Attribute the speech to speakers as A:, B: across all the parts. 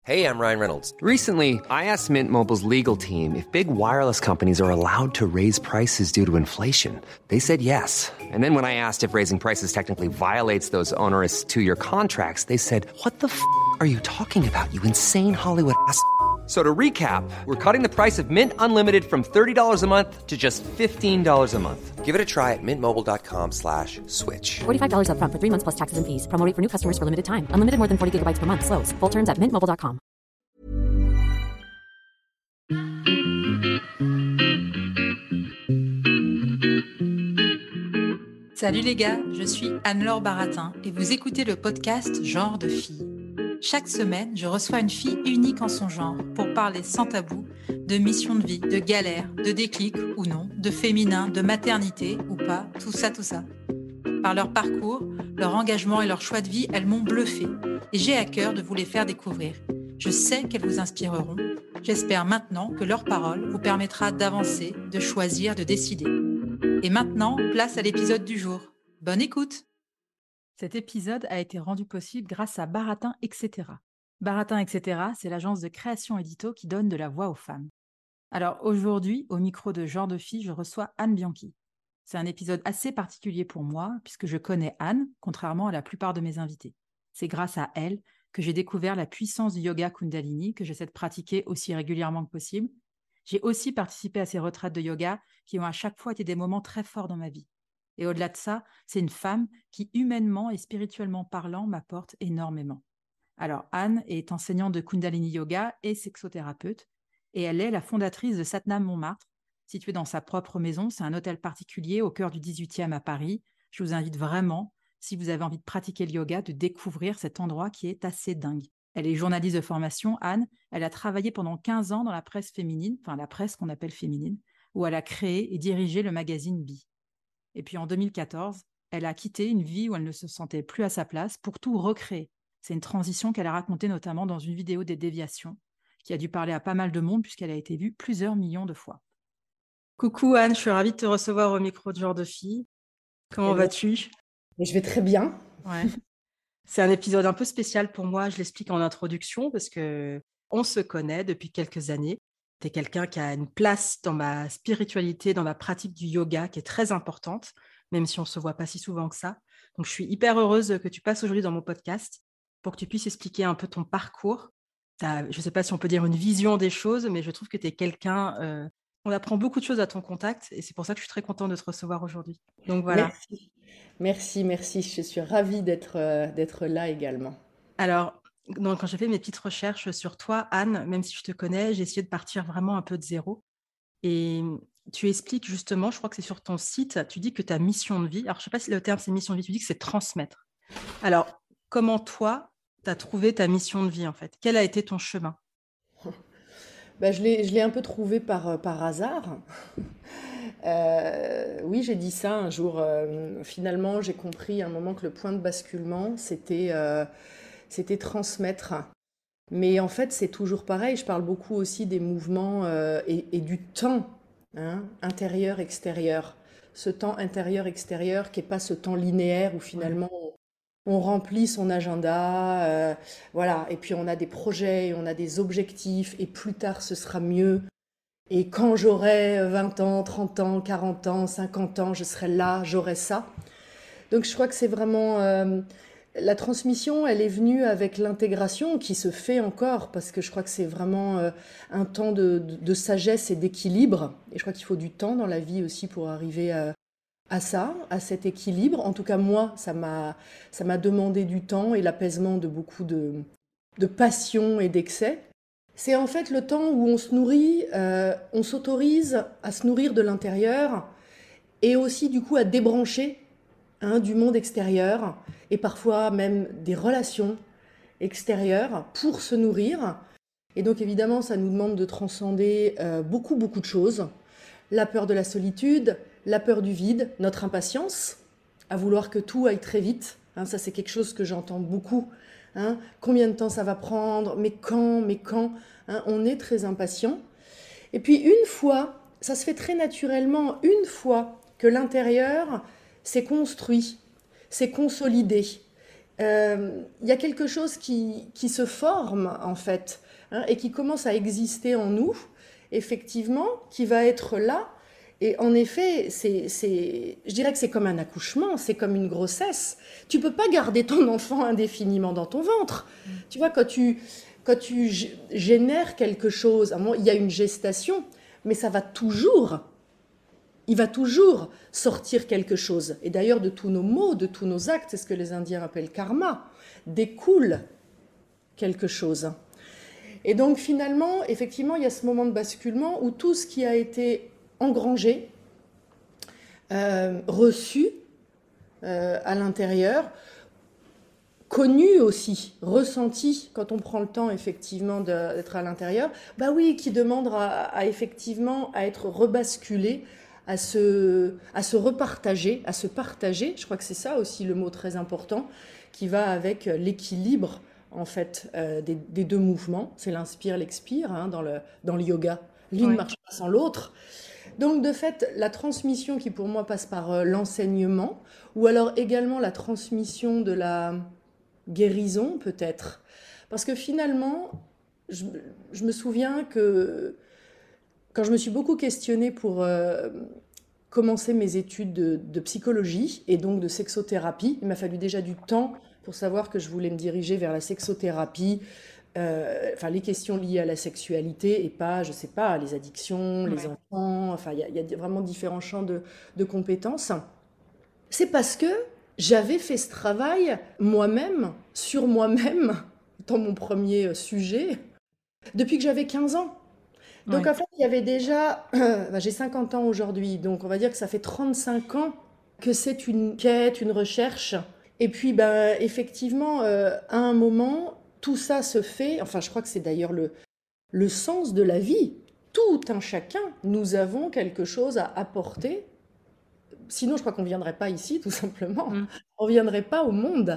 A: Hey, I'm Ryan Reynolds.
B: Recently, I asked Mint Mobile's legal team if big wireless companies are allowed to raise prices due to inflation. They said yes. And then when I asked if raising prices technically violates those onerous two-year contracts, they said, "What the f*** are you talking about, you insane Hollywood ass?" So to recap, we're cutting the price of Mint Unlimited from $30 a month to just $15 a month.
A: Give it a try at mintmobile.com/switch.
C: $45 up front for 3 months plus taxes and fees. Promo rate for new customers for limited time. Unlimited more than 40 gigabytes per month. Slows full terms at mintmobile.com.
D: Salut les gars, je suis Anne-Laure Baratin et vous écoutez le podcast Genre de fille. Chaque semaine, je reçois une fille unique en son genre pour parler sans tabou de mission de vie, de galère, de déclic ou non, de féminin, de maternité ou pas, tout ça. Par leur parcours, leur engagement et leur choix de vie, elles m'ont bluffée et j'ai à cœur de vous les faire découvrir. Je sais qu'elles vous inspireront. J'espère maintenant que leur parole vous permettra d'avancer, de choisir, de décider. Et maintenant, place à l'épisode du jour. Bonne écoute! Cet épisode a été rendu possible grâce à Baratin, etc. Baratin, etc., c'est l'agence de création édito qui donne de la voix aux femmes. Alors aujourd'hui, au micro de Genre de fille, je reçois Anne Bianchi. C'est un épisode assez particulier pour moi, puisque je connais Anne, contrairement à la plupart de mes invités. C'est grâce à elle que j'ai découvert la puissance du yoga Kundalini, que j'essaie de pratiquer aussi régulièrement que possible. J'ai aussi participé à ces retraites de yoga qui ont à chaque fois été des moments très forts dans ma vie. Et au-delà de ça, c'est une femme qui, humainement et spirituellement parlant, m'apporte énormément. Alors, Anne est enseignante de Kundalini Yoga et sexothérapeute, et elle est la fondatrice de Satnam Montmartre, situé dans sa propre maison. C'est un hôtel particulier au cœur du 18e à Paris. Je vous invite vraiment, si vous avez envie de pratiquer le yoga, de découvrir cet endroit qui est assez dingue. Elle est journaliste de formation, Anne. Elle a travaillé pendant 15 ans dans la presse féminine, enfin la presse qu'on appelle féminine, où elle a créé et dirigé le magazine Bi. Et puis en 2014, elle a quitté une vie où elle ne se sentait plus à sa place pour tout recréer. C'est une transition qu'elle a racontée notamment dans une vidéo des déviations, qui a dû parler à pas mal de monde puisqu'elle a été vue plusieurs millions de fois. Coucou Anne, je suis ravie de te recevoir au micro de Genre de fille. Comment vas-tu ?
E: Et je vais très bien.
D: Ouais. C'est un épisode un peu spécial pour moi, je l'explique en introduction parce qu'on se connaît depuis quelques années. Tu es quelqu'un qui a une place dans ma spiritualité, dans ma pratique du yoga qui est très importante, même si on ne se voit pas si souvent que ça. Donc, je suis hyper heureuse que tu passes aujourd'hui dans mon podcast pour que tu puisses expliquer un peu ton parcours. Je ne sais pas si on peut dire une vision des choses, mais je trouve que tu es quelqu'un... on apprend beaucoup de choses à ton contact et c'est pour ça que je suis très contente de te recevoir aujourd'hui. Donc, voilà.
E: Merci. Je suis ravie d'être là également.
D: Alors, donc, quand j'ai fait mes petites recherches sur toi, Anne, même si je te connais, j'ai essayé de partir vraiment un peu de zéro. Et tu expliques justement, je crois que c'est sur ton site, tu dis que ta mission de vie, alors je ne sais pas si le terme c'est mission de vie, tu dis que c'est transmettre. Alors, comment toi, tu as trouvé ta mission de vie en fait ? Quel a été ton chemin ?
E: Je l'ai un peu trouvé par hasard. Oui, j'ai dit ça un jour. Finalement, j'ai compris à un moment que le point de basculement, c'était transmettre. Mais en fait, c'est toujours pareil. Je parle beaucoup aussi des mouvements et du temps, hein, intérieur-extérieur. Ce temps intérieur-extérieur qui n'est pas ce temps linéaire où finalement on remplit son agenda, voilà. Et puis on a des projets, on a des objectifs et plus tard ce sera mieux. Et quand j'aurai 20 ans, 30 ans, 40 ans, 50 ans, je serai là, j'aurai ça. Donc je crois que c'est vraiment... la transmission, elle est venue avec l'intégration qui se fait encore, parce que je crois que c'est vraiment un temps de sagesse et d'équilibre. Et je crois qu'il faut du temps dans la vie aussi pour arriver à ça, à cet équilibre. En tout cas, moi, ça m'a demandé du temps et l'apaisement de beaucoup de passion et d'excès. C'est en fait le temps où on se nourrit, on s'autorise à se nourrir de l'intérieur et aussi du coup à débrancher du monde extérieur et parfois même des relations extérieures pour se nourrir. Et donc évidemment, ça nous demande de transcender beaucoup de choses. La peur de la solitude, la peur du vide, notre impatience, à vouloir que tout aille très vite. Ça, c'est quelque chose que j'entends beaucoup. Combien de temps ça va prendre ? Mais quand ? On est très impatient. Et puis une fois, ça se fait très naturellement, une fois que l'intérieur s'est construit, s'est consolidé, il y a quelque chose qui se forme, en fait, hein, et qui commence à exister en nous, effectivement, qui va être là. Et en effet, je dirais que c'est comme un accouchement, c'est comme une grossesse. Tu peux pas garder ton enfant indéfiniment dans ton ventre. Tu vois, quand tu génères quelque chose, à un moment, il y a une gestation, mais il va toujours sortir quelque chose. Et d'ailleurs, de tous nos mots, de tous nos actes, c'est ce que les Indiens appellent karma, découle quelque chose. Et donc finalement, effectivement, il y a ce moment de basculement où tout ce qui a été engrangé, reçu à l'intérieur, connu aussi, ressenti quand on prend le temps effectivement d'être à l'intérieur, bah oui, qui demande à effectivement à être rebasculé, à se repartager, à se partager. Je crois que c'est ça aussi le mot très important qui va avec l'équilibre en fait des deux mouvements. C'est l'inspire, l'expire hein, dans le yoga. L'une ne marche pas sans l'autre. Donc de fait, la transmission qui pour moi passe par l'enseignement, ou alors également la transmission de la guérison peut-être. Parce que finalement, je me souviens que quand je me suis beaucoup questionnée pour commencer mes études de psychologie et donc de sexothérapie, il m'a fallu déjà du temps pour savoir que je voulais me diriger vers la sexothérapie, enfin les questions liées à la sexualité et pas, je sais pas, les addictions, les enfants, enfin il y a vraiment différents champs de compétences. C'est parce que j'avais fait ce travail moi-même, sur moi-même, dans mon premier sujet, depuis que j'avais 15 ans. Donc en fait, il y avait déjà, j'ai 50 ans aujourd'hui, donc on va dire que ça fait 35 ans que c'est une quête, une recherche. Et puis effectivement, à un moment, tout ça se fait, enfin je crois que c'est d'ailleurs le sens de la vie. Tout un chacun, nous avons quelque chose à apporter. Sinon, je crois qu'on ne viendrait pas ici, tout simplement. On ne viendrait pas au monde.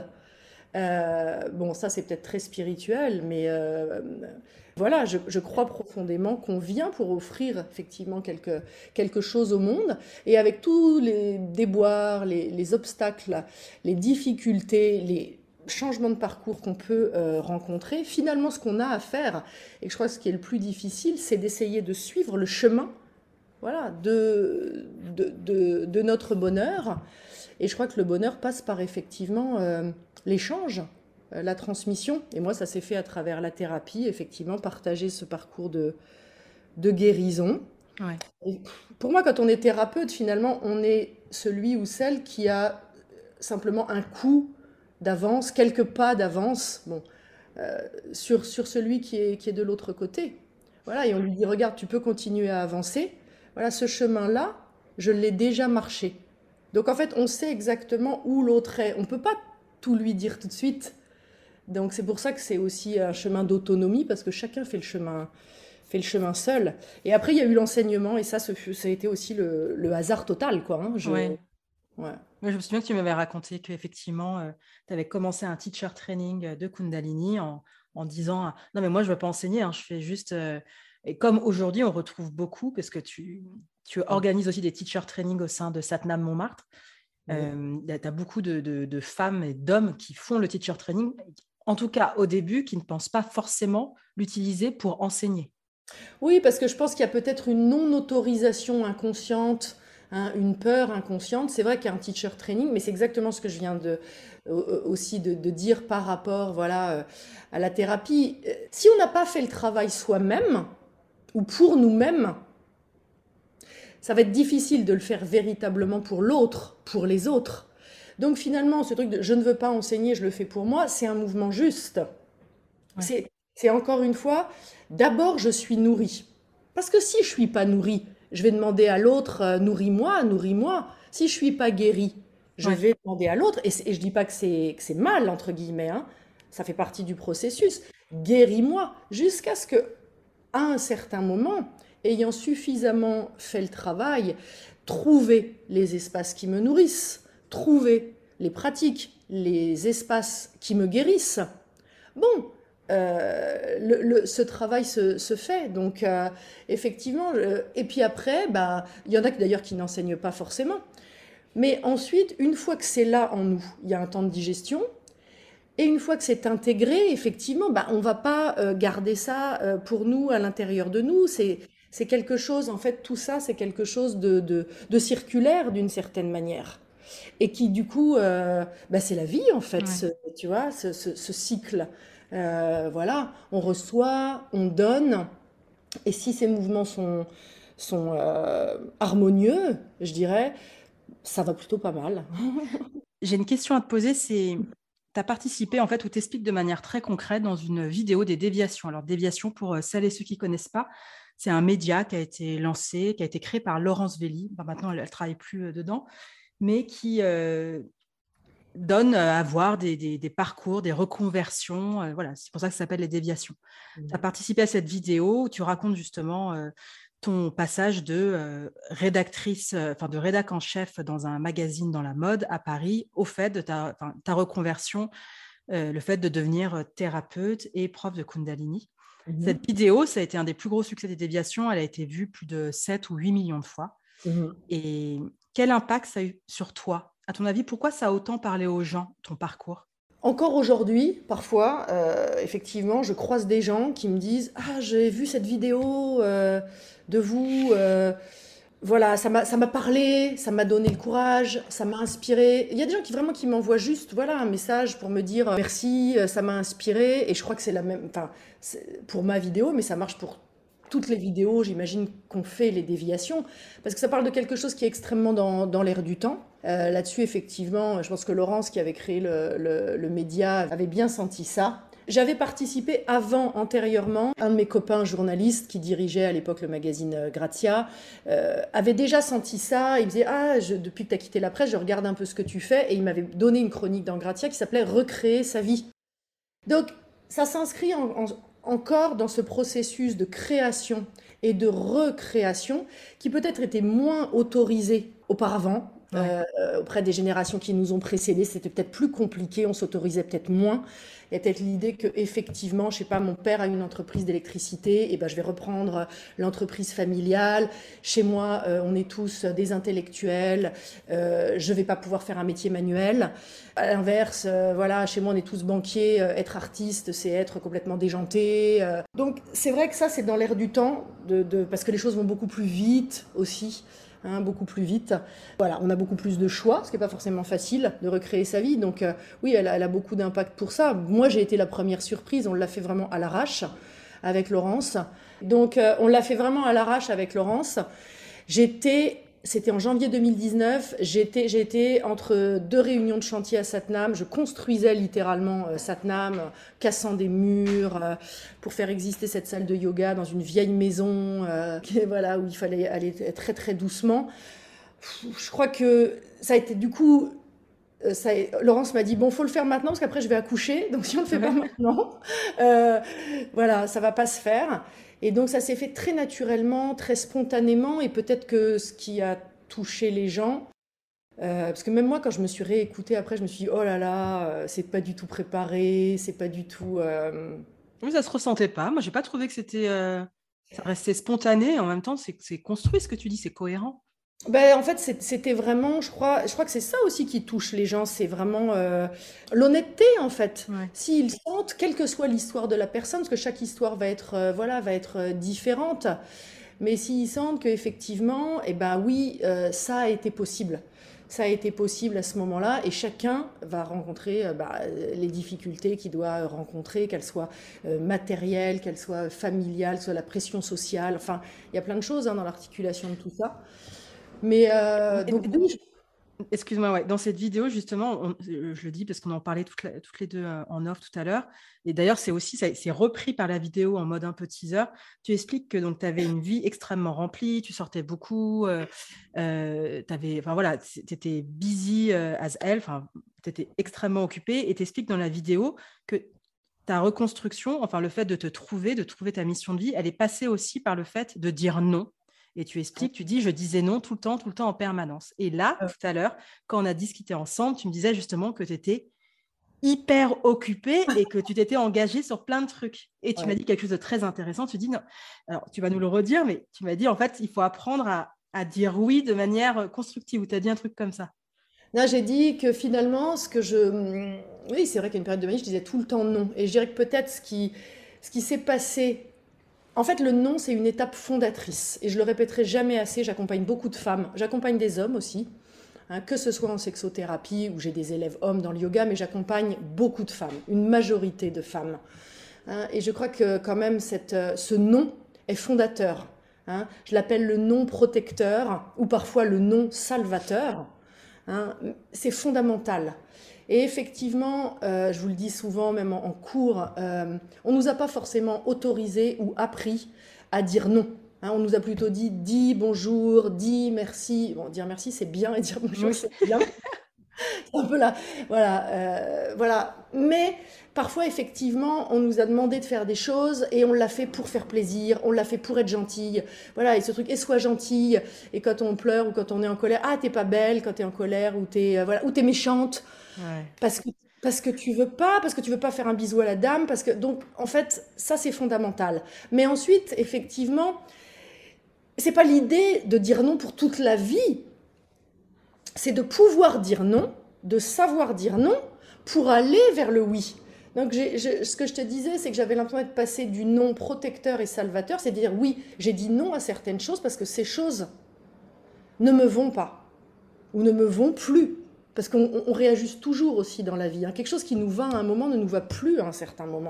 E: Bon, ça, c'est peut-être très spirituel, mais voilà, je crois profondément qu'on vient pour offrir effectivement quelque chose au monde. Et avec tous les déboires, les obstacles, les difficultés, les changements de parcours qu'on peut rencontrer, finalement, ce qu'on a à faire, et je crois que ce qui est le plus difficile, c'est d'essayer de suivre le chemin voilà, de notre bonheur. Et je crois que le bonheur passe par effectivement l'échange, la transmission. Et moi, ça s'est fait à travers la thérapie, effectivement, partager ce parcours de guérison. Ouais. Et pour moi, quand on est thérapeute, finalement, on est celui ou celle qui a simplement un coup d'avance, quelques pas d'avance bon, sur celui qui est de l'autre côté. Voilà, et on lui dit, regarde, tu peux continuer à avancer. Voilà, ce chemin-là, je l'ai déjà marché. Donc en fait, on sait exactement où l'autre est. On ne peut pas tout lui dire tout de suite. Donc c'est pour ça que c'est aussi un chemin d'autonomie, parce que chacun fait le chemin seul. Et après, il y a eu l'enseignement, et ça a été aussi le hasard total, quoi. Hein.
D: Ouais. Moi, je me souviens que tu m'avais raconté qu'effectivement, tu avais commencé un teacher training de Kundalini en disant « Non, mais moi, je ne veux pas enseigner, hein, je fais juste… Et comme aujourd'hui, on retrouve beaucoup, parce que tu organises aussi des teacher training au sein de Satnam Montmartre. Tu as beaucoup de femmes et d'hommes qui font le teacher training, en tout cas au début, qui ne pensent pas forcément l'utiliser pour enseigner.
E: Oui, parce que je pense qu'il y a peut-être une non-autorisation inconsciente, hein, une peur inconsciente. C'est vrai qu'il y a un teacher training, mais c'est exactement ce que je viens aussi de dire par rapport voilà, à la thérapie. Si on n'a pas fait le travail soi-même, ou pour nous-mêmes, ça va être difficile de le faire véritablement pour l'autre, pour les autres. Donc finalement, ce truc de « je ne veux pas enseigner, je le fais pour moi », c'est un mouvement juste. Ouais. C'est encore une fois, d'abord je suis nourrie. Parce que si je ne suis pas nourrie, je vais demander à l'autre « nourris-moi, nourris-moi ». Si je ne suis pas guérie, je vais demander à l'autre, et je ne dis pas que c'est mal, entre guillemets, hein, ça fait partie du processus. Guéris-moi, jusqu'à ce que, à un certain moment, ayant suffisamment fait le travail, trouver les espaces qui me nourrissent, trouver les pratiques, les espaces qui me guérissent. Bon, ce travail se fait, donc effectivement, et puis après, il y en a d'ailleurs qui n'enseignent pas forcément, mais ensuite, une fois que c'est là en nous, il y a un temps de digestion, Et une fois que c'est intégré, effectivement, on va pas garder ça pour nous à l'intérieur de nous. C'est quelque chose, en fait, tout ça, c'est quelque chose de circulaire d'une certaine manière. Et qui, du coup, c'est la vie, en fait,
D: Ouais.
E: tu vois, ce cycle. Voilà, on reçoit, on donne. Et si ces mouvements sont harmonieux, je dirais, ça va plutôt pas mal.
F: J'ai une question à te poser, c'est, tu as participé en fait, ou t'expliques de manière très concrète dans une vidéo des déviations. Alors, déviation, pour celles et ceux qui ne connaissent pas, c'est un média qui a été lancé, qui a été créé par Laurence Velli. Maintenant, elle ne travaille plus dedans, mais qui donne à voir des parcours, des reconversions. Voilà, c'est pour ça que ça s'appelle les déviations. Tu as participé à cette vidéo où tu racontes justement ton passage de rédactrice, de rédac en chef dans un magazine dans la mode à Paris, au fait de ta reconversion, le fait de devenir thérapeute et prof de Kundalini.
E: Mhm.
F: Cette vidéo, ça a été un des plus gros succès des déviations. Elle a été vue plus de 7 ou 8 millions de fois.
E: Mhm.
F: Et quel impact ça a eu sur toi? À ton avis, pourquoi ça a autant parlé aux gens, ton parcours?
E: Encore aujourd'hui, parfois, effectivement, je croise des gens qui me disent: «Ah, j'ai vu cette vidéo de vous, voilà, ça m'a parlé, ça m'a donné le courage, ça m'a inspiré». Il y a des gens qui m'envoient juste, voilà, un message pour me dire merci, ça m'a inspiré. Et je crois que c'est la même, enfin, pour ma vidéo, mais ça marche pour toutes les vidéos, j'imagine, qu'on fait les déviations, parce que ça parle de quelque chose qui est extrêmement dans l'air du temps. Là-dessus, effectivement, je pense que Laurence, qui avait créé le média, avait bien senti ça. J'avais participé antérieurement. Un de mes copains journalistes qui dirigeait à l'époque le magazine Grazia avait déjà senti ça. Il me disait: «Ah, depuis que tu as quitté la presse, je regarde un peu ce que tu fais». Et il m'avait donné une chronique dans Grazia qui s'appelait «Recréer sa vie». Donc, ça s'inscrit encore dans ce processus de création et de recréation qui peut-être était moins autorisé auparavant. Auprès des générations qui nous ont précédés, c'était peut-être plus compliqué, on s'autorisait peut-être moins. Il y a peut-être l'idée que, effectivement, je sais pas, mon père a une entreprise d'électricité, et ben je vais reprendre l'entreprise familiale. Chez moi, on est tous des intellectuels, je vais pas pouvoir faire un métier manuel. À l'inverse, voilà, chez moi on est tous banquiers, être artiste, c'est être complètement déjanté. Donc c'est vrai que ça, c'est dans l'air du temps, parce que les choses vont beaucoup plus vite aussi. Beaucoup plus vite. Voilà, on a beaucoup plus de choix, ce qui n'est pas forcément facile de recréer sa vie. Donc oui, elle a beaucoup d'impact pour ça. Moi, j'ai été la première surprise. On l'a fait vraiment à l'arrache avec Laurence. Donc on l'a fait vraiment à l'arrache avec Laurence. C'était en janvier 2019, j'ai été entre deux réunions de chantier à Satnam. Je construisais littéralement Satnam, cassant des murs pour faire exister cette salle de yoga dans une vieille maison voilà, où il fallait aller très très doucement. Je crois que ça a été du coup... Laurence m'a dit: «Bon, faut le faire maintenant parce qu'après je vais accoucher, donc si on le fait pas maintenant, voilà, ça va pas se faire». Et donc ça s'est fait très naturellement, très spontanément, et peut-être que ce qui a touché les gens, parce que même moi, quand je me suis réécoutée après, je me suis dit: «Oh là là, c'est pas du tout préparé, c'est pas du tout...»
F: Oui, ça se ressentait pas. Moi, j'ai pas trouvé que c'était, ça restait spontané. En même temps, c'est construit ce que tu dis, c'est cohérent.
E: En fait, c'était vraiment, je crois que c'est ça aussi qui touche les gens, c'est vraiment l'honnêteté, en fait.
F: Ouais.
E: S'ils sentent, quelle que soit l'histoire de la personne, parce que chaque histoire va être, va être différente, mais s'ils sentent qu'effectivement, oui, ça a été possible. Ça a été possible à ce moment-là, et chacun va rencontrer les difficultés qu'il doit rencontrer, qu'elles soient matérielles, qu'elles soient familiales, soit la pression sociale. Enfin, il y a plein de choses dans l'articulation de tout ça. Mais donc oui.
F: Excuse-moi, ouais. Dans cette vidéo, justement, je le dis parce qu'on en parlait toutes les deux en off tout à l'heure. Et d'ailleurs, c'est repris par la vidéo en mode un peu teaser. Tu expliques que tu avais une vie extrêmement remplie, tu sortais beaucoup, tu étais busy as hell, tu étais extrêmement occupée. Et tu expliques dans la vidéo que ta reconstruction, le fait de trouver ta mission de vie, elle est passée aussi par le fait de dire non. Et tu expliques, tu dis: je disais non tout le temps en permanence. Et là, tout à l'heure, quand on a discuté ensemble, tu me disais justement que tu étais hyper occupée et que tu t'étais engagée sur plein de trucs. Et tu m'as dit quelque chose de très intéressant. Tu dis, non, alors tu vas nous le redire, mais tu m'as dit, en fait, il faut apprendre à dire oui de manière constructive, ou tu as dit un truc comme ça.
E: Là, j'ai dit que finalement, oui, c'est vrai qu'à une période de ma vie, je disais tout le temps non. Et je dirais que peut-être ce qui s'est passé. En fait, le non, c'est une étape fondatrice. Et je le répéterai jamais assez, j'accompagne beaucoup de femmes. J'accompagne des hommes aussi, hein, que ce soit en sexothérapie, où j'ai des élèves hommes dans le yoga, mais j'accompagne beaucoup de femmes, une majorité de femmes. Hein, et je crois que quand même, ce non est fondateur. Hein. Je l'appelle le non protecteur, ou parfois le non salvateur. Hein, c'est fondamental. Et effectivement, je vous le dis souvent, même en cours, on ne nous a pas forcément autorisé ou appris à dire non. Hein, on nous a plutôt dit dis bonjour, dis merci. Bon, dire merci, c'est bien, et dire bonjour,
F: Oui.
E: c'est bien. C'est un peu là. Voilà, voilà. Mais parfois, effectivement, on nous a demandé de faire des choses et on l'a fait pour faire plaisir, on l'a fait pour être gentille. Voilà, et ce truc, et sois gentille. Et quand on pleure ou quand on est en colère, ah, t'es pas belle quand t'es en colère ou voilà, ou t'es méchante.
F: Ouais.
E: Parce que tu veux pas faire un bisou à la dame, donc en fait ça c'est fondamental. Mais ensuite effectivement, c'est pas l'idée de dire non pour toute la vie, c'est de pouvoir dire non, de savoir dire non pour aller vers le oui. Donc ce que je te disais, c'est que j'avais l'impression d'être passé du non protecteur et salvateur, c'est de dire oui, j'ai dit non à certaines choses parce que ces choses ne me vont pas ou ne me vont plus. Parce qu'on réajuste toujours aussi dans la vie. Hein. Quelque chose qui nous va à un moment ne nous va plus à un certain moment.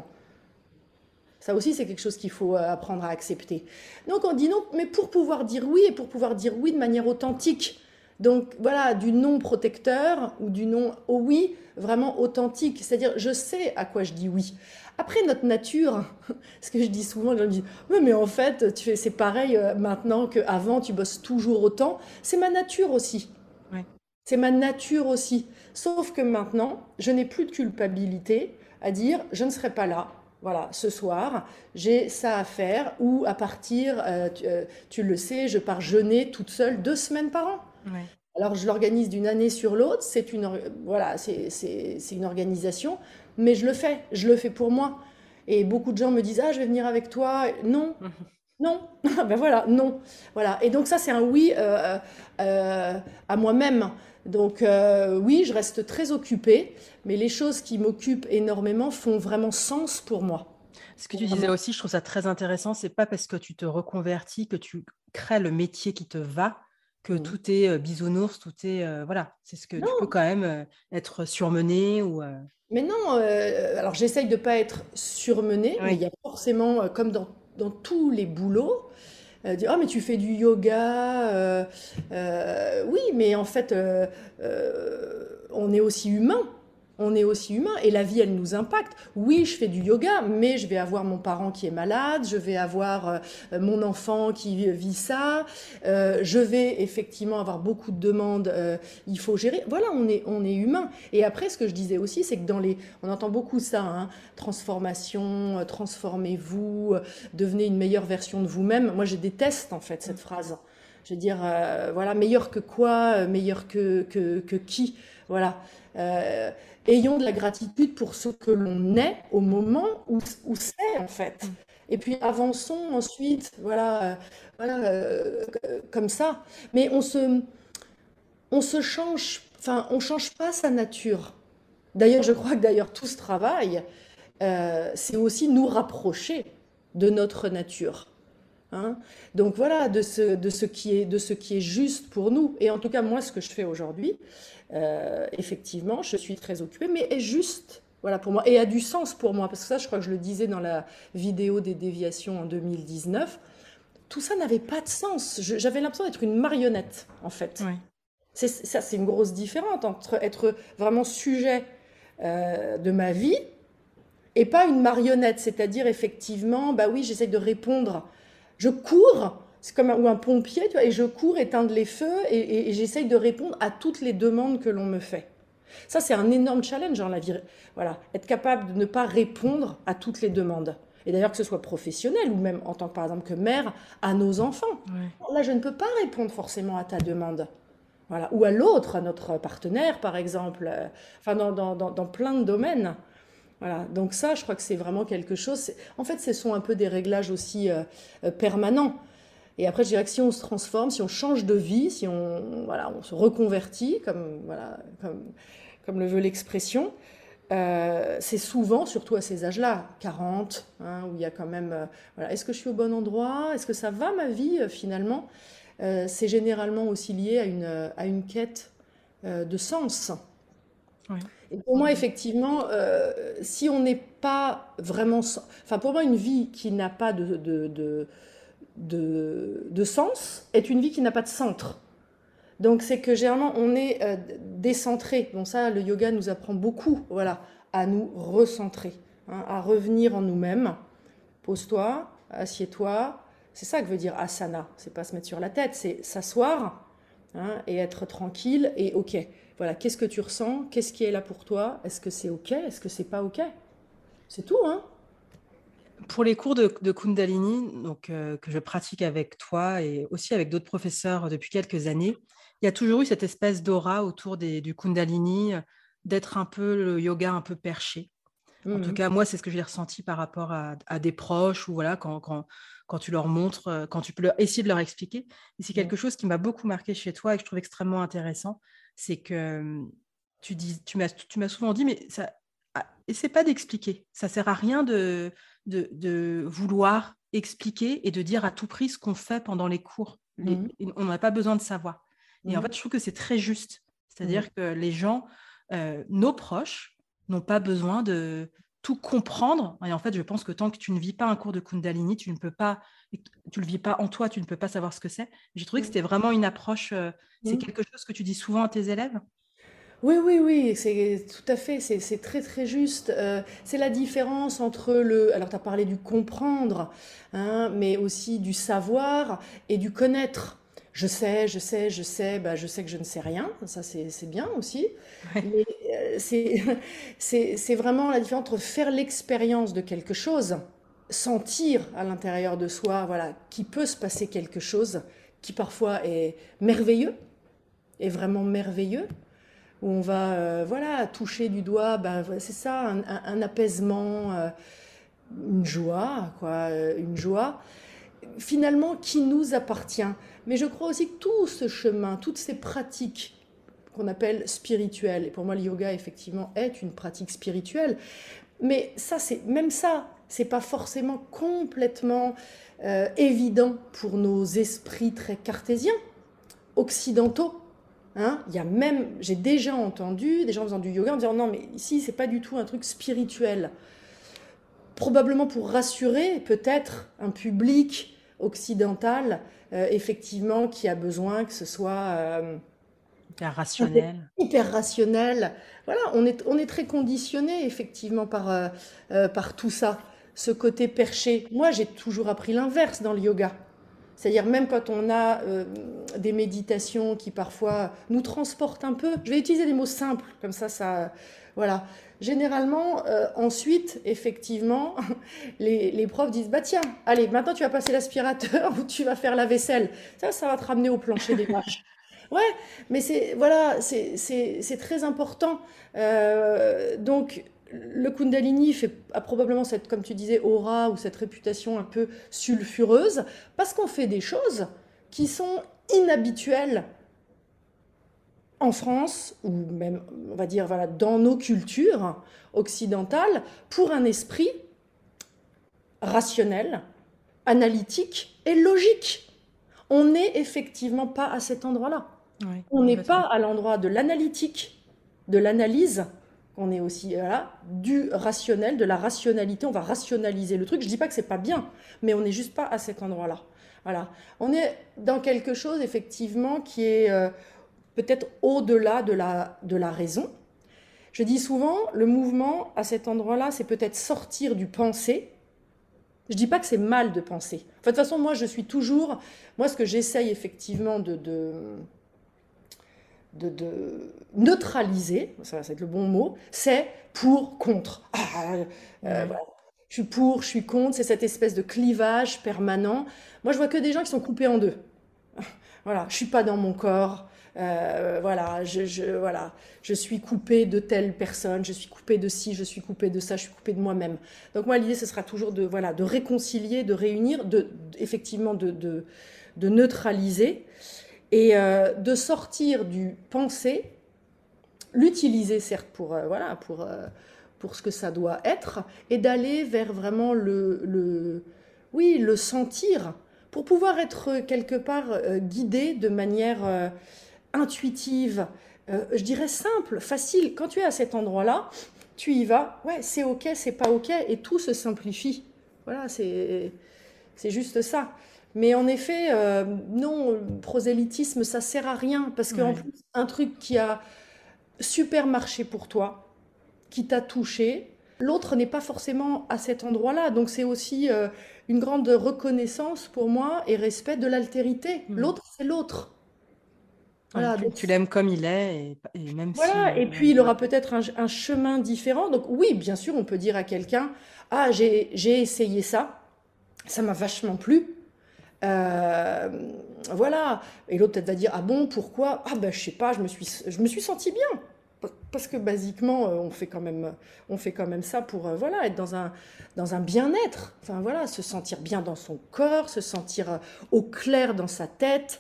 E: Ça aussi, c'est quelque chose qu'il faut apprendre à accepter. Donc on dit non, mais pour pouvoir dire oui, et pour pouvoir dire oui de manière authentique. Donc voilà, du non protecteur ou du non au oui, vraiment authentique. C'est-à-dire, je sais à quoi je dis oui. Après, notre nature, ce que je dis souvent, les gens me disent « Oui, mais en fait, c'est pareil maintenant qu'avant, tu bosses toujours autant. » C'est ma nature aussi.
F: Ouais.
E: C'est ma nature aussi. Sauf que maintenant, je n'ai plus de culpabilité à dire je ne serai pas là. Voilà, ce soir, j'ai ça à faire. Ou à partir, tu le sais, je pars jeûner toute seule 2 semaines par an.
F: Ouais.
E: Alors je l'organise d'une année sur l'autre. Voilà, c'est une organisation, mais je le fais pour moi. Et beaucoup de gens me disent ah je vais venir avec toi. Non. Non, ben voilà, non. Voilà. Et donc ça, c'est un oui à moi-même. Donc oui, je reste très occupée, mais les choses qui m'occupent énormément font vraiment sens pour moi.
F: Ce que tu disais aussi, je trouve ça très intéressant, c'est pas parce que tu te reconvertis, que tu crées le métier qui te va, que
E: Mhm.
F: tout est bisounours, tout est... voilà, c'est ce que tu peux
E: Non,
F: quand même être surmené ou...
E: mais non, alors j'essaye de ne pas être surmenée, mais il
F: Oui,
E: y a forcément, comme dans tous les boulots, dire, ah mais tu fais du yoga, oui, mais en fait, on est aussi humain. On est aussi humain et la vie, elle nous impacte. Oui, je fais du yoga, mais je vais avoir mon parent qui est malade, je vais avoir mon enfant qui vit ça, je vais effectivement avoir beaucoup de demandes, il faut gérer. Voilà, on est humain. Et après, ce que je disais aussi, c'est que on entend beaucoup ça, hein, transformation, transformez-vous, devenez une meilleure version de vous-même. Moi, je déteste en fait cette phrase. Je veux dire, voilà, meilleur que quoi, meilleur que qui, voilà. Euh, Ayons de la gratitude pour ce que l'on est au moment où c'est en fait. Et puis avançons ensuite, voilà, voilà, comme ça. Mais on se change, enfin, on change pas sa nature. D'ailleurs, je crois que d'ailleurs tout ce travail, c'est aussi nous rapprocher de notre nature. Hein. Donc voilà, de ce qui est juste pour nous. Et en tout cas, moi, ce que je fais aujourd'hui, effectivement, je suis très occupée, mais est juste, voilà, pour moi, et a du sens pour moi. Parce que ça, je crois que je le disais dans la vidéo des déviations en 2019, tout ça n'avait pas de sens. J'avais l'impression d'être une marionnette, en fait.
F: oui.
E: Ça, c'est une grosse différence entre être vraiment sujet de ma vie et pas une marionnette. C'est-à-dire, effectivement, bah oui, j'essaie de répondre. Je cours, c'est comme ou un pompier, tu vois, et je cours éteindre les feux et j'essaye de répondre à toutes les demandes que l'on me fait. Ça, c'est un énorme challenge dans la vie. Voilà, être capable de ne pas répondre à toutes les demandes. Et d'ailleurs, que ce soit professionnel ou même en tant que, par exemple, que mère, à nos enfants.
F: Ouais.
E: Là, je ne peux pas répondre forcément à ta demande. Voilà. Ou à l'autre, à notre partenaire, par exemple. Enfin, dans plein de domaines. Voilà, donc ça, je crois que c'est vraiment quelque chose. En fait, ce sont un peu des réglages aussi permanents. Et après, je dirais que si on se transforme, si on change de vie, si on se reconvertit, comme le veut l'expression, c'est souvent, surtout à ces âges-là, 40, hein, où il y a quand même, voilà, est-ce que je suis au bon endroit? Est-ce que ça va ma vie finalement? C'est généralement aussi lié à une quête de sens.
F: Ouais.
E: Et pour moi, effectivement, si on n'est pas vraiment... Enfin, pour moi, une vie qui n'a pas de sens est une vie qui n'a pas de centre. Donc, c'est que généralement, on est décentré. Bon, ça, le yoga nous apprend beaucoup, voilà, à nous recentrer, hein, à revenir en nous-mêmes. Pose-toi, assieds-toi. C'est ça que veut dire asana. C'est pas se mettre sur la tête, c'est s'asseoir, hein, et être tranquille et OK. Voilà, qu'est-ce que tu ressens? Qu'est-ce qui est là pour toi? Est-ce que c'est OK? Est-ce que c'est pas OK? C'est tout, hein?
F: Pour les cours de Kundalini, donc, que je pratique avec toi et aussi avec d'autres professeurs depuis quelques années, il y a toujours eu cette espèce d'aura autour du Kundalini, d'être un peu le yoga un peu perché. En tout cas, moi, c'est ce que j'ai ressenti par rapport à des proches ou voilà, quand tu leur montres, quand tu peux essayer de leur expliquer. Et c'est quelque chose qui m'a beaucoup marqué chez toi et que je trouve extrêmement intéressant. C'est que tu m'as souvent dit, mais ça, essaie pas d'expliquer. Ça sert à rien de vouloir expliquer et de dire à tout prix ce qu'on fait pendant les cours. On n'a pas besoin de savoir. Et en fait, je trouve que c'est très juste. C'est-à-dire que les gens, nos proches, n'ont pas besoin de tout comprendre. Et en fait, je pense que tant que tu ne vis pas un cours de Kundalini, tu le vis pas en toi, tu ne peux pas savoir ce que c'est. J'ai trouvé que c'était vraiment une approche, c'est quelque chose que tu dis souvent à tes élèves.
E: Oui, oui, oui, c'est tout à fait, c'est très très juste. C'est la différence entre le... Alors, tu as parlé du comprendre, hein, mais aussi du savoir et du connaître. Je sais, bah, je sais que je ne sais rien, ça c'est bien aussi.
F: Ouais.
E: Mais c'est vraiment la différence entre faire l'expérience de quelque chose, sentir à l'intérieur de soi, voilà, qu'il peut se passer quelque chose qui parfois est merveilleux, est vraiment merveilleux, où on va voilà, toucher du doigt, ben, c'est ça, un apaisement, une joie, quoi, une joie, finalement qui nous appartient. Mais je crois aussi que tout ce chemin, toutes ces pratiques qu'on appelle spirituelles, et pour moi le yoga effectivement est une pratique spirituelle, mais ça, même ça, c'est pas forcément complètement évident pour nos esprits très cartésiens, occidentaux. Hein, il y a même, j'ai déjà entendu des gens faisant du yoga en disant non mais ici c'est pas du tout un truc spirituel, probablement pour rassurer peut-être un public occidental effectivement qui a besoin que ce soit
F: Rationnel.
E: hyper rationnel. Voilà, on est très conditionné effectivement par tout ça, ce côté perché. Moi j'ai toujours appris l'inverse dans le yoga. C'est-à-dire même quand on a des méditations qui parfois nous transportent un peu, je vais utiliser des mots simples, comme ça voilà. Généralement, ensuite, effectivement, les profs disent, bah tiens, allez, maintenant tu vas passer l'aspirateur ou tu vas faire la vaisselle. Ça va te ramener au plancher des vaches. Ouais, mais c'est très important. Donc, le Kundalini a probablement cette, comme tu disais, aura ou cette réputation un peu sulfureuse parce qu'on fait des choses qui sont inhabituelles en France ou même, on va dire, voilà, dans nos cultures occidentales pour un esprit rationnel, analytique et logique. On n'est effectivement pas à cet endroit-là.
F: Ouais,
E: on n'est pas à l'endroit de l'analytique, de l'analyse. On est aussi là, du rationnel, de la rationalité. On va rationaliser le truc. Je ne dis pas que ce n'est pas bien, mais on n'est juste pas à cet endroit-là. Voilà. On est dans quelque chose, effectivement, qui est peut-être au-delà de la raison. Je dis souvent, le mouvement, à cet endroit-là, c'est peut-être sortir du penser. Je ne dis pas que c'est mal de penser. Enfin, de toute façon, moi, je suis toujours... Moi, ce que j'essaye, effectivement, de neutraliser, ça va être le bon mot, c'est pour, contre. Voilà. Je suis pour, je suis contre, c'est cette espèce de clivage permanent. Moi, je vois que des gens qui sont coupés en deux. Voilà, je suis pas dans mon corps, Voilà, voilà, je suis coupée de telle personne, je suis coupée de ci, je suis coupée de ça, je suis coupée de moi-même. Donc moi, l'idée, ce sera toujours de, voilà, de réconcilier, de réunir, effectivement de neutraliser et de sortir du penser, l'utiliser certes voilà, pour ce que ça doit être, et d'aller vers vraiment oui, le sentir, pour pouvoir être quelque part guidé de manière intuitive, je dirais simple, facile. Quand tu es à cet endroit-là, tu y vas, ouais, c'est ok, c'est pas ok, et tout se simplifie. Voilà, c'est juste ça. Mais en effet, non, prosélytisme, ça sert à rien, parce qu'en plus, un truc qui a super marché pour toi, qui t'a touché, l'autre n'est pas forcément à cet endroit-là. Donc c'est aussi une grande reconnaissance pour moi et respect de l'altérité. L'autre, c'est l'autre. Voilà, donc,
F: tu l'aimes comme il est, et même
E: voilà,
F: si...
E: et puis il aura peut-être un chemin différent. Donc oui, bien sûr, on peut dire à quelqu'un, ah, j'ai essayé ça, ça m'a vachement plu. Voilà. Et l'autre peut-être va dire, ah bon, pourquoi? Ah ben je sais pas, je me suis sentie bien. Parce que basiquement, on fait quand même ça pour voilà, être dans un bien-être. Enfin voilà, se sentir bien dans son corps, se sentir au clair dans sa tête.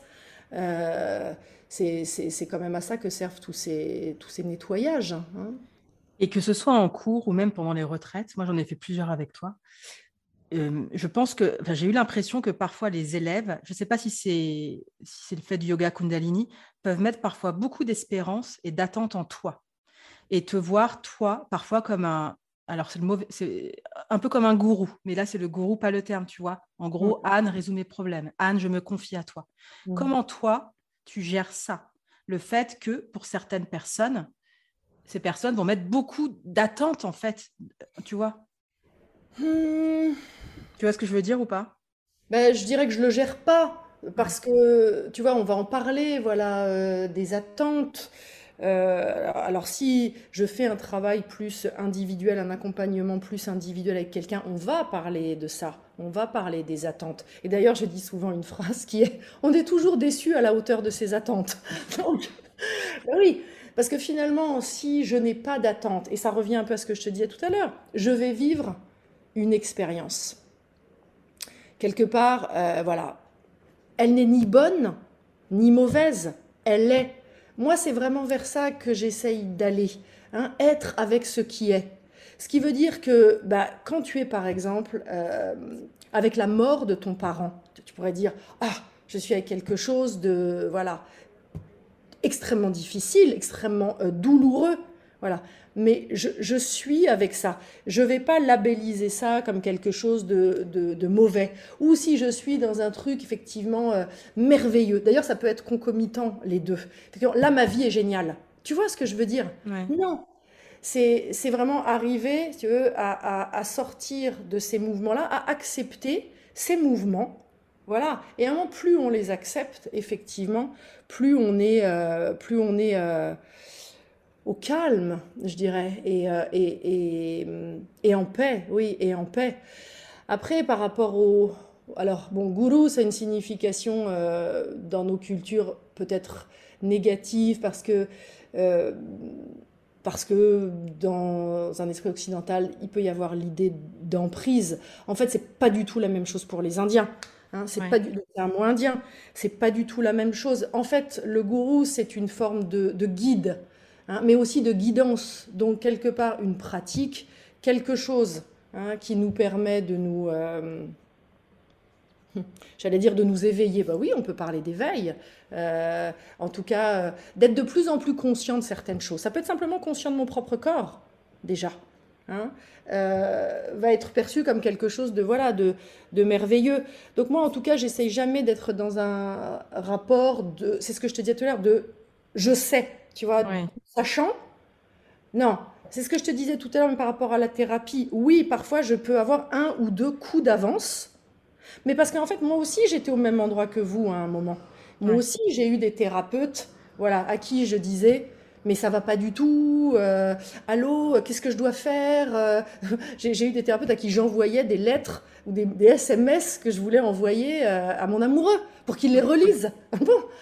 E: C'est quand même à ça que servent tous ces nettoyages. Hein.
F: Et que ce soit en cours ou même pendant les retraites, moi j'en ai fait plusieurs avec toi. Je pense que, enfin, j'ai eu l'impression que parfois les élèves, je ne sais pas si c'est le fait du yoga Kundalini, peuvent mettre parfois beaucoup d'espérance et d'attente en toi. Et te voir, toi, parfois comme alors c'est un peu comme un gourou, mais là c'est le gourou, pas le terme, tu vois. En gros, Anne résout mes problèmes. Anne, je me confie à toi. Comment toi, tu gères ça? Le fait que pour certaines personnes, ces personnes vont mettre beaucoup d'attente en fait, tu vois. Tu vois ce que je veux dire ou pas?
E: Ben, je dirais que je le gère pas parce que tu vois, on va en parler, voilà, des attentes. Alors si je fais un travail plus individuel, un accompagnement plus individuel avec quelqu'un, on va parler de ça, on va parler des attentes. Et d'ailleurs, je dis souvent une phrase qui est, on est toujours déçu à la hauteur de ses attentes. Donc, ben oui, parce que finalement, si je n'ai pas d'attente, et ça revient un peu à ce que je te disais tout à l'heure, je vais vivre une expérience. Quelque part, voilà, elle n'est ni bonne ni mauvaise, elle est. Moi, c'est vraiment vers ça que j'essaye d'aller, hein, être avec ce qui est. Ce qui veut dire que bah, quand tu es, par exemple, avec la mort de ton parent, tu pourrais dire « Ah, je suis avec quelque chose de voilà, extrêmement difficile, extrêmement douloureux. » Voilà. Mais je suis avec ça. Je ne vais pas labelliser ça comme quelque chose de mauvais. Ou si je suis dans un truc effectivement merveilleux. D'ailleurs, ça peut être concomitant, les deux. Là, ma vie est géniale. Tu vois ce que je veux dire? Non. C'est vraiment arriver, si tu veux, à sortir de ces mouvements-là, à accepter ces mouvements. Voilà. Et à un moment, plus on les accepte, effectivement, plus on est au calme, je dirais, et en paix, oui, et en paix. Après, par rapport au... Alors, bon, gourou, c'est une signification dans nos cultures peut-être négative parce que dans un esprit occidental, il peut y avoir l'idée d'emprise. En fait, c'est pas du tout la même chose pour les Indiens. Hein, c'est un mot indien. C'est pas du tout la même chose. En fait, le gourou, c'est une forme de guide. Hein, mais aussi de guidance, donc quelque part une pratique, quelque chose qui nous permet de nous, j'allais dire de nous éveiller, bah oui, on peut parler d'éveil, en tout cas d'être de plus en plus conscient de certaines choses. Ça peut être simplement conscient de mon propre corps, déjà, hein, va être perçu comme quelque chose de merveilleux. Donc moi, en tout cas, j'essaye jamais d'être dans un rapport c'est ce que je te disais tout à l'heure, de je sais. Tu vois, sachant, non, c'est ce que je te disais tout à l'heure, mais par rapport à la thérapie, oui, parfois je peux avoir 1 ou 2 coups d'avance, mais parce qu'en fait, moi aussi, j'étais au même endroit que vous à un moment. Moi aussi, j'ai eu des thérapeutes, voilà, à qui je disais, mais ça va pas du tout, allô, qu'est-ce que je dois faire? J'ai eu des thérapeutes à qui j'envoyais des lettres ou des SMS que je voulais envoyer à mon amoureux pour qu'il les relise. Bon.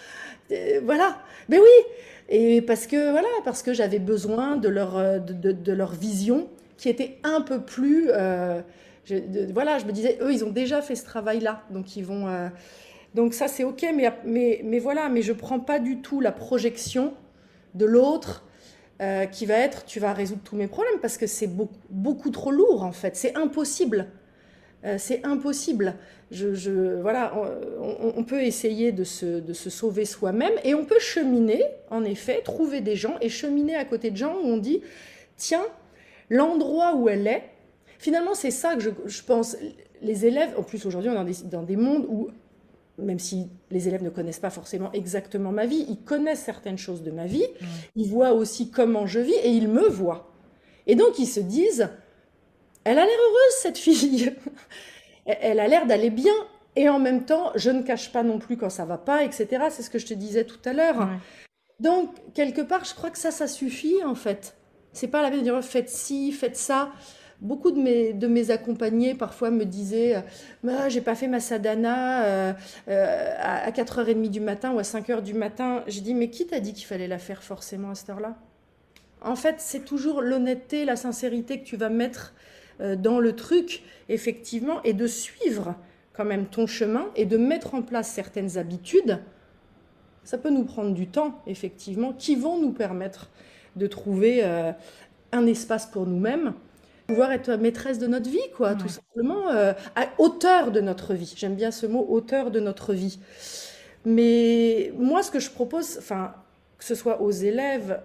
E: Voilà. Mais oui. Et parce que j'avais besoin de leur vision qui était un peu plus. Voilà, je me disais, eux, ils ont déjà fait ce travail-là, donc ils vont. Donc ça, c'est ok, mais voilà, mais je prends pas du tout la projection de l'autre qui va être, tu vas résoudre tous mes problèmes parce que c'est beaucoup trop lourd en fait, c'est impossible. C'est impossible. Voilà, on peut essayer de se sauver soi-même et on peut cheminer, en effet, trouver des gens et cheminer à côté de gens où on dit, tiens, l'endroit où elle est, finalement, c'est ça que je pense, les élèves, en plus aujourd'hui, on est dans des mondes où, même si les élèves ne connaissent pas forcément exactement ma vie, ils connaissent certaines choses de ma vie, ils voient aussi comment je vis et ils me voient. Et donc, ils se disent, elle a l'air heureuse, cette fille. Elle a l'air d'aller bien. Et en même temps, je ne cache pas non plus quand ça va pas, etc. C'est ce que je te disais tout à l'heure.
F: Ouais.
E: Donc, quelque part, je crois que ça suffit, en fait. C'est pas la peine de dire, faites ci, faites ça. Beaucoup de mes accompagnés, parfois, me disaient, j'ai pas fait ma sadhana à 4h30 du matin ou à 5h du matin. Je dis, mais qui t'a dit qu'il fallait la faire forcément à cette heure-là? En fait, c'est toujours l'honnêteté, la sincérité que tu vas mettre dans le truc, effectivement, et de suivre quand même ton chemin et de mettre en place certaines habitudes. Ça peut nous prendre du temps, effectivement, qui vont nous permettre de trouver un espace pour nous-mêmes, pouvoir être maîtresse de notre vie, quoi, tout simplement, à hauteur de notre vie. J'aime bien ce mot, hauteur de notre vie. Mais moi, ce que je propose, enfin, que ce soit aux élèves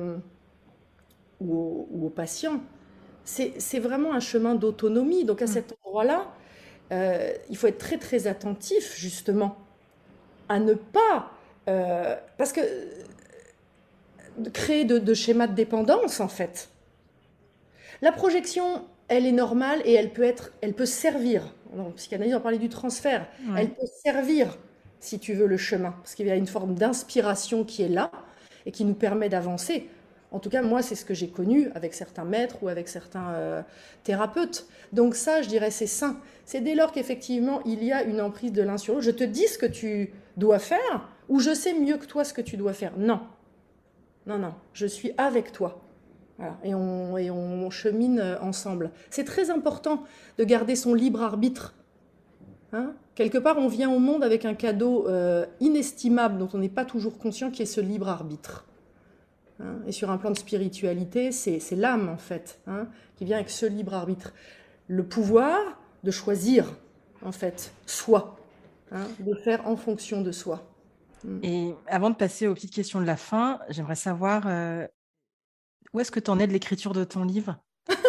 E: ou aux patients, c'est vraiment un chemin d'autonomie. Donc à cet endroit-là, il faut être très très attentif justement à ne pas, parce que créer de schémas de dépendance en fait. La projection, elle est normale et elle peut servir. En psychanalyse, on parlait du transfert.
F: Ouais.
E: Elle peut servir si tu veux le chemin, parce qu'il y a une forme d'inspiration qui est là et qui nous permet d'avancer. En tout cas, moi, c'est ce que j'ai connu avec certains maîtres ou avec certains thérapeutes. Donc ça, je dirais, c'est sain. C'est dès lors qu'effectivement, il y a une emprise de l'un sur l'autre. Je te dis ce que tu dois faire ou je sais mieux que toi ce que tu dois faire. Non. Non, non. Je suis avec toi. Voilà. Et on chemine ensemble. C'est très important de garder son libre arbitre. Hein ? Quelque part, on vient au monde avec un cadeau inestimable dont on n'est pas toujours conscient, qui est ce libre arbitre. Et sur un plan de spiritualité, c'est l'âme, en fait, qui vient avec ce libre arbitre. Le pouvoir de choisir, en fait, soi, de faire en fonction de soi.
F: Et avant de passer aux petites questions de la fin, j'aimerais savoir où est-ce que tu en es de l'écriture de ton livre?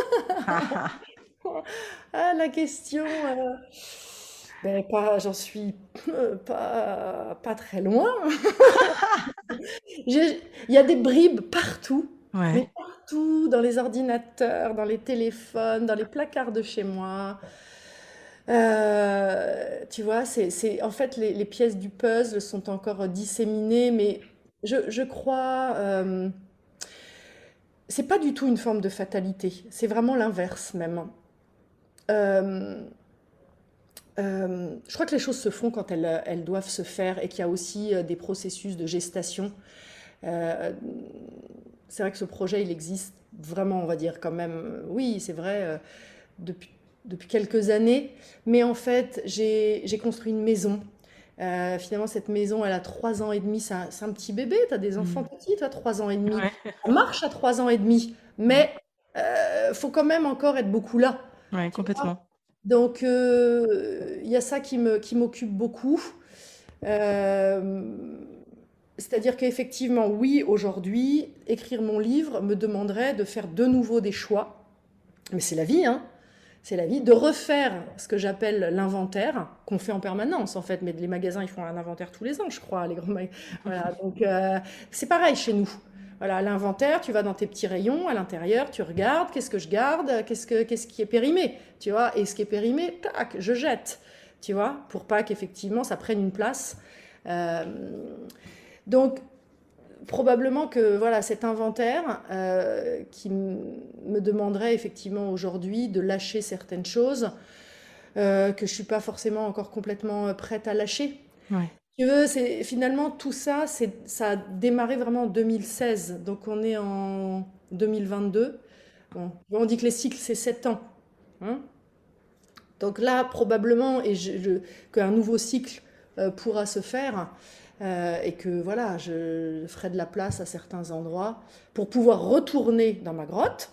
E: Ah, la question... j'en suis pas très loin. Il y a des bribes partout,
F: Ouais.
E: mais partout, dans les ordinateurs, dans les téléphones, dans les placards de chez moi. Tu vois, en fait, les pièces du puzzle sont encore disséminées, mais je crois... c'est pas du tout une forme de fatalité, c'est vraiment l'inverse même. Je crois que les choses se font quand elles doivent se faire et qu'il y a aussi des processus de gestation. C'est vrai que ce projet, il existe vraiment, on va dire quand même, oui, c'est vrai, depuis quelques années. Mais en fait, j'ai construit une maison. Finalement, cette maison, elle a 3 ans et demi. C'est un petit bébé. Tu as des enfants petits, tu as 3 ans et demi.
F: Ouais.
E: Ça marche à 3 ans et demi. Mais faut quand même encore être beaucoup là.
F: Ouais, complètement.
E: Donc, il y a ça qui m'occupe beaucoup. C'est-à-dire qu'effectivement, oui, aujourd'hui, écrire mon livre me demanderait de faire de nouveau des choix. Mais c'est la vie, hein. C'est la vie. De refaire ce que j'appelle l'inventaire, qu'on fait en permanence, en fait. Mais les magasins, ils font un inventaire tous les ans, je crois, les grands magasins. Voilà, donc, c'est pareil chez nous. Voilà, l'inventaire, tu vas dans tes petits rayons, à l'intérieur, tu regardes, qu'est-ce que je garde, qu'est-ce qui est périmé, tu vois, et ce qui est périmé, tac, je jette, tu vois, pour pas qu'effectivement ça prenne une place. Donc, probablement que voilà, cet inventaire qui me demanderait effectivement aujourd'hui de lâcher certaines choses que je suis pas forcément encore complètement prête à lâcher.
F: Ouais.
E: Tu veux, finalement, tout ça, ça a démarré vraiment en 2016. Donc, on est en 2022. Bon, on dit que les cycles, c'est 7 ans. Hein. Donc là, probablement, qu'un nouveau cycle pourra se faire et que voilà, je ferai de la place à certains endroits pour pouvoir retourner dans ma grotte,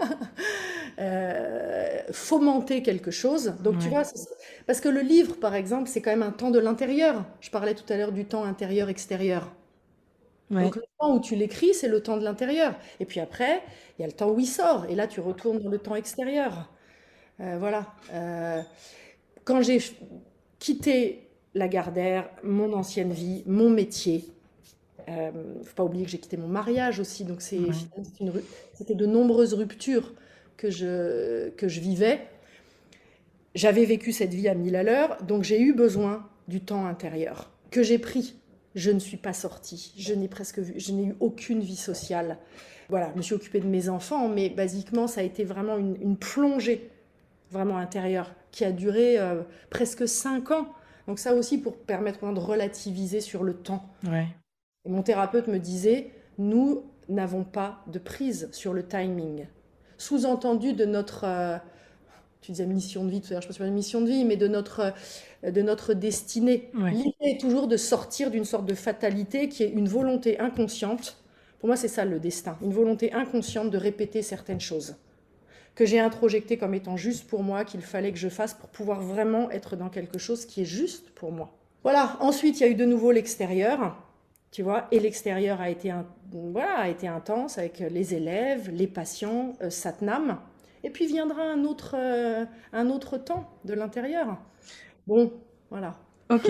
E: fomenter quelque chose. Donc tu vois, parce que le livre, par exemple, c'est quand même un temps de l'intérieur. Je parlais tout à l'heure du temps intérieur-extérieur.
F: Ouais.
E: Donc le temps où tu l'écris, c'est le temps de l'intérieur. Et puis après, il y a le temps où il sort. Et là, tu retournes dans le temps extérieur. Voilà. Quand j'ai quitté Lagardère, mon ancienne vie, mon métier, faut pas oublier que j'ai quitté mon mariage aussi, donc c'était de nombreuses ruptures que je vivais. J'avais vécu cette vie à 1000 à l'heure, donc j'ai eu besoin du temps intérieur que j'ai pris. Je ne suis pas sortie, je n'ai eu aucune vie sociale. Voilà, je me suis occupée de mes enfants, mais basiquement, ça a été vraiment une plongée vraiment intérieure qui a duré presque 5 ans. Donc ça aussi pour permettre de relativiser sur le temps.
F: Ouais.
E: Et mon thérapeute me disait, nous n'avons pas de prise sur le timing. Sous-entendu de notre, tu disais mission de vie, tout à l'heure, je ne sais pas si c'est une mission de vie, mais de notre destinée.
F: Ouais.
E: L'idée est toujours de sortir d'une sorte de fatalité qui est une volonté inconsciente. Pour moi, c'est ça le destin, une volonté inconsciente de répéter certaines choses que j'ai introjectées comme étant juste pour moi, qu'il fallait que je fasse pour pouvoir vraiment être dans quelque chose qui est juste pour moi. Voilà, ensuite, il y a eu de nouveau l'extérieur. Tu vois, et l'extérieur a été intense avec les élèves, les patients, Satnam. Et puis viendra un autre temps de l'intérieur. Bon, voilà.
F: Ok,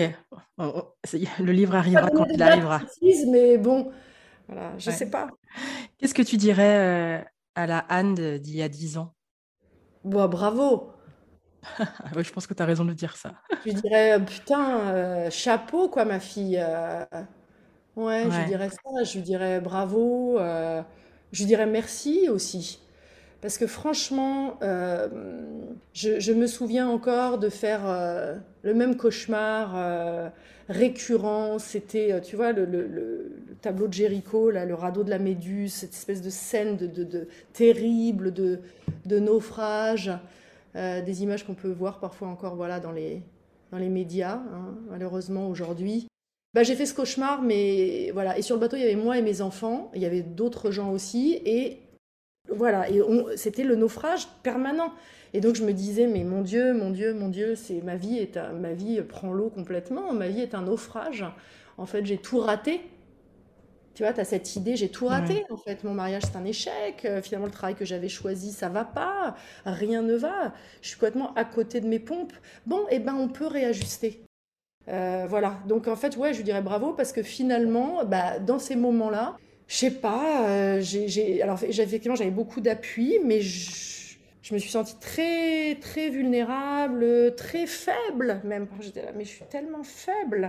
F: le livre arrivera quand il arrivera.
E: Précise, mais bon, voilà, je sais pas.
F: Qu'est-ce que tu dirais à la Anne d'il y a 10 ans?
E: Bon, bravo.
F: Ouais, je pense que tu as raison de dire ça.
E: Je dirais, putain, chapeau, quoi, ma fille. Ouais, je lui
F: Ouais.
E: dirais ça, je lui dirais bravo, je lui dirais merci aussi. Parce que franchement, je me souviens encore de faire le même cauchemar récurrent. C'était, tu vois, le tableau de Jéricho, là, le radeau de la Méduse, cette espèce de scène terrible de naufrage, des images qu'on peut voir parfois encore voilà, dans les médias, hein, malheureusement aujourd'hui. Bah, j'ai fait ce cauchemar, mais voilà. Et sur le bateau, il y avait moi et mes enfants. Il y avait d'autres gens aussi. Et voilà. Et c'était le naufrage permanent. Et donc, je me disais, mais mon Dieu, mon Dieu, mon Dieu, ma vie prend l'eau complètement. Ma vie est un naufrage. En fait, j'ai tout raté. Tu vois, tu as cette idée, j'ai tout raté.
F: Ouais.
E: En fait, mon mariage, c'est un échec. Finalement, le travail que j'avais choisi, ça va pas. Rien ne va. Je suis complètement à côté de mes pompes. Bon, eh ben, on peut réajuster. Voilà, donc en fait, ouais, je lui dirais bravo parce que finalement, bah, dans ces moments-là, je sais pas, alors effectivement, j'avais beaucoup d'appui, mais je me suis sentie très, très vulnérable, très faible même. J'étais là, mais je suis tellement faible.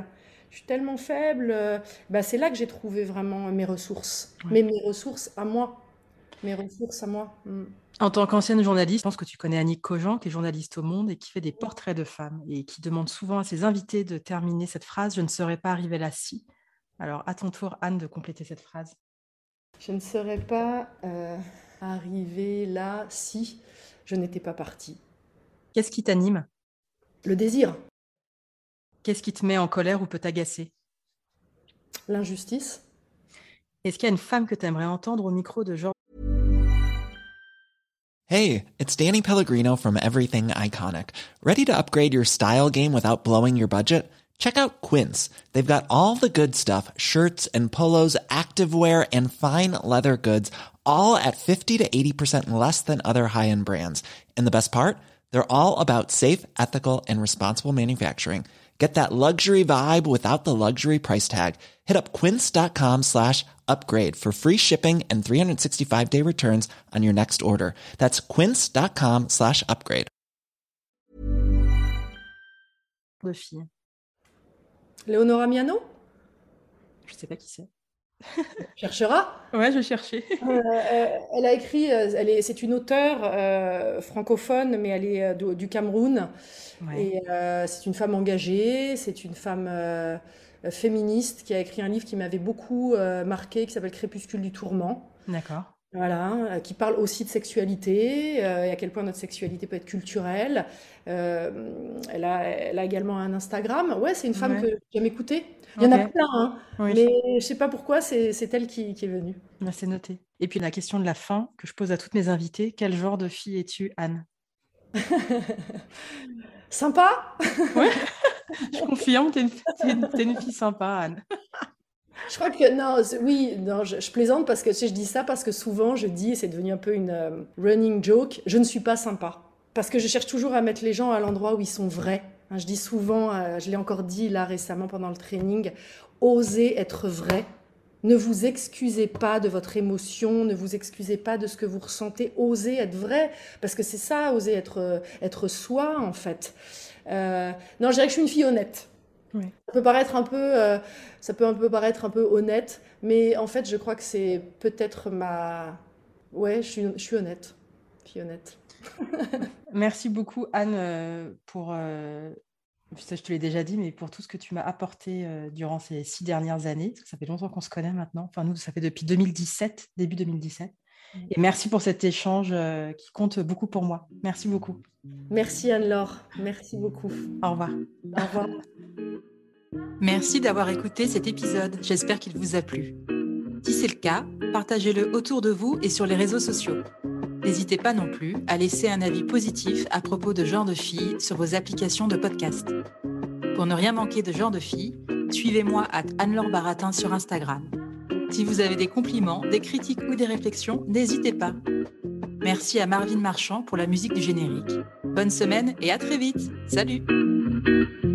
E: Bah, c'est là que j'ai trouvé vraiment mes ressources,
F: Ouais.
E: mais mes ressources à moi. Mes ressources à moi.
F: En tant qu'ancienne journaliste, je pense que tu connais Annick Cogent, qui est journaliste au Monde et qui fait des portraits de femmes et qui demande souvent à ses invités de terminer cette phrase « Je ne serais pas arrivée là si ». Alors, à ton tour, Anne, de compléter cette phrase.
E: Je ne serais pas arrivée là si je n'étais pas partie.
F: Qu'est-ce qui t'anime?
E: Le désir,
F: Qu'est-ce qui te met en colère ou peut t'agacer?
E: l'injustice.
F: Est-ce qu'il y a une femme que tu aimerais entendre au micro de genre
G: Hey, it's Danny Pellegrino from Everything Iconic. Ready to upgrade your style game without blowing your budget? Check out Quince. They've got all the good stuff, shirts and polos, activewear, and fine leather goods, all at 50 to 80% less than other high-end brands. And the best part? They're all about safe, ethical, and responsible manufacturing. Get that luxury vibe without the luxury price tag. Hit up quince.com/upgrade for free shipping and 365-day returns on your next order. That's quince.com/upgrade.
F: de fille?
E: Léonora Miano?
F: Je ne sais pas qui c'est.
E: Cherchera.
F: Ouais, je cherchais.
E: Elle a écrit, c'est une auteure francophone, mais elle est du Cameroun.
F: Ouais,
E: Et c'est une femme engagée, c'est une femme féministe qui a écrit un livre qui m'avait beaucoup marqué, qui s'appelle Crépuscule du tourment.
F: d'accord.
E: Voilà, qui parle aussi de sexualité et à quel point notre sexualité peut être culturelle. Elle a également un Instagram. Ouais, c'est une femme
F: Ouais,
E: que j'aime écouter. Il y en a
F: ok.
E: plein, hein,
F: Oui,
E: mais je sais pas pourquoi, c'est elle qui est venue.
F: là, c'est noté. Et puis la question de la fin que je pose à toutes mes invitées, quel genre de fille es-tu, Anne?
E: Sympa?
F: Ouais, je confirme, t'es une fille sympa, Anne.
E: Je crois que non, oui, non, je plaisante parce que tu sais, je dis ça parce que souvent je dis, et c'est devenu un peu une running joke, je ne suis pas sympa. Parce que je cherche toujours à mettre les gens à l'endroit où ils sont vrais. Hein, je dis souvent, je l'ai encore dit là récemment pendant le training, osez être vrai. Ne vous excusez pas de votre émotion, ne vous excusez pas de ce que vous ressentez, osez être vrai, parce que c'est ça, oser être soi en fait. Non, je dirais que je suis une fille honnête.
F: Oui.
E: Ça peut un peu paraître un peu honnête, mais en fait, je crois que c'est peut-être ma... Ouais, je suis honnête. Fille honnête.
F: Merci beaucoup, Anne, pour, ça je te l'ai déjà dit, mais pour tout ce que tu m'as apporté durant ces 6 dernières années, parce que ça fait longtemps qu'on se connaît maintenant. Enfin, nous, ça fait depuis 2017, début 2017. Et merci pour cet échange qui compte beaucoup pour moi. Merci beaucoup.
E: Merci Anne-Laure, merci beaucoup.
F: Au revoir.
E: Au revoir.
D: Merci d'avoir écouté cet épisode. J'espère qu'il vous a plu. Si c'est le cas, partagez-le autour de vous et sur les réseaux sociaux. N'hésitez pas non plus à laisser un avis positif à propos de Genre de Filles sur vos applications de podcast. Pour ne rien manquer de Genre de Filles, suivez-moi @Anne-Laure Baratin sur Instagram. Si vous avez des compliments, des critiques ou des réflexions, n'hésitez pas. Merci à Marvin Marchand pour la musique du générique. Bonne semaine et à très vite. Salut!